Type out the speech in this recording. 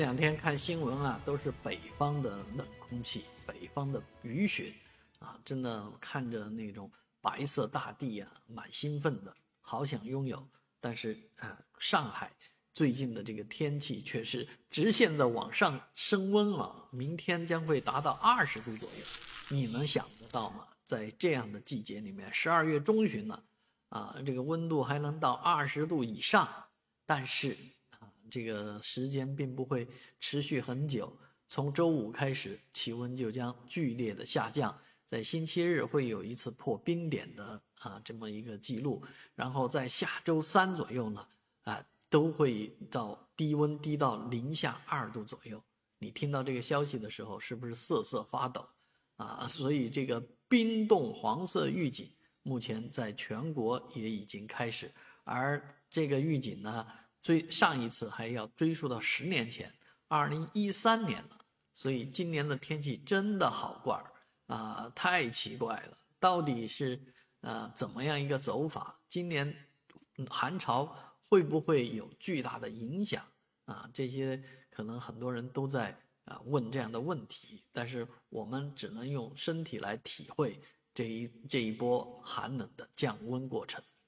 这两天看新闻啊，都是北方的冷空气，北方的雨雪啊，真的看着那种白色大地啊，蛮兴奋的，好想拥有。但是上海最近的这个天气却是直线的往上升温啊，明天将会达到20度左右。你能想得到吗？在这样的季节里面，12月中旬呢，这个温度还能到20度以上，但是这个时间并不会持续很久，从周五开始，气温就将剧烈的下降，在星期日会有一次破冰点的这么一个记录，然后在下周三左右呢，都会到低温低到-2度左右。你听到这个消息的时候，是不是瑟瑟发抖所以这个冰冻黄色预警目前在全国也已经开始，而这个预警呢，上一次还要追溯到10年前，2013年了。所以今年的天气真的好怪太奇怪了，到底是怎么样一个走法？今年寒潮会不会有巨大的影响这些可能很多人都在问这样的问题，但是我们只能用身体来体会这一波寒冷的降温过程。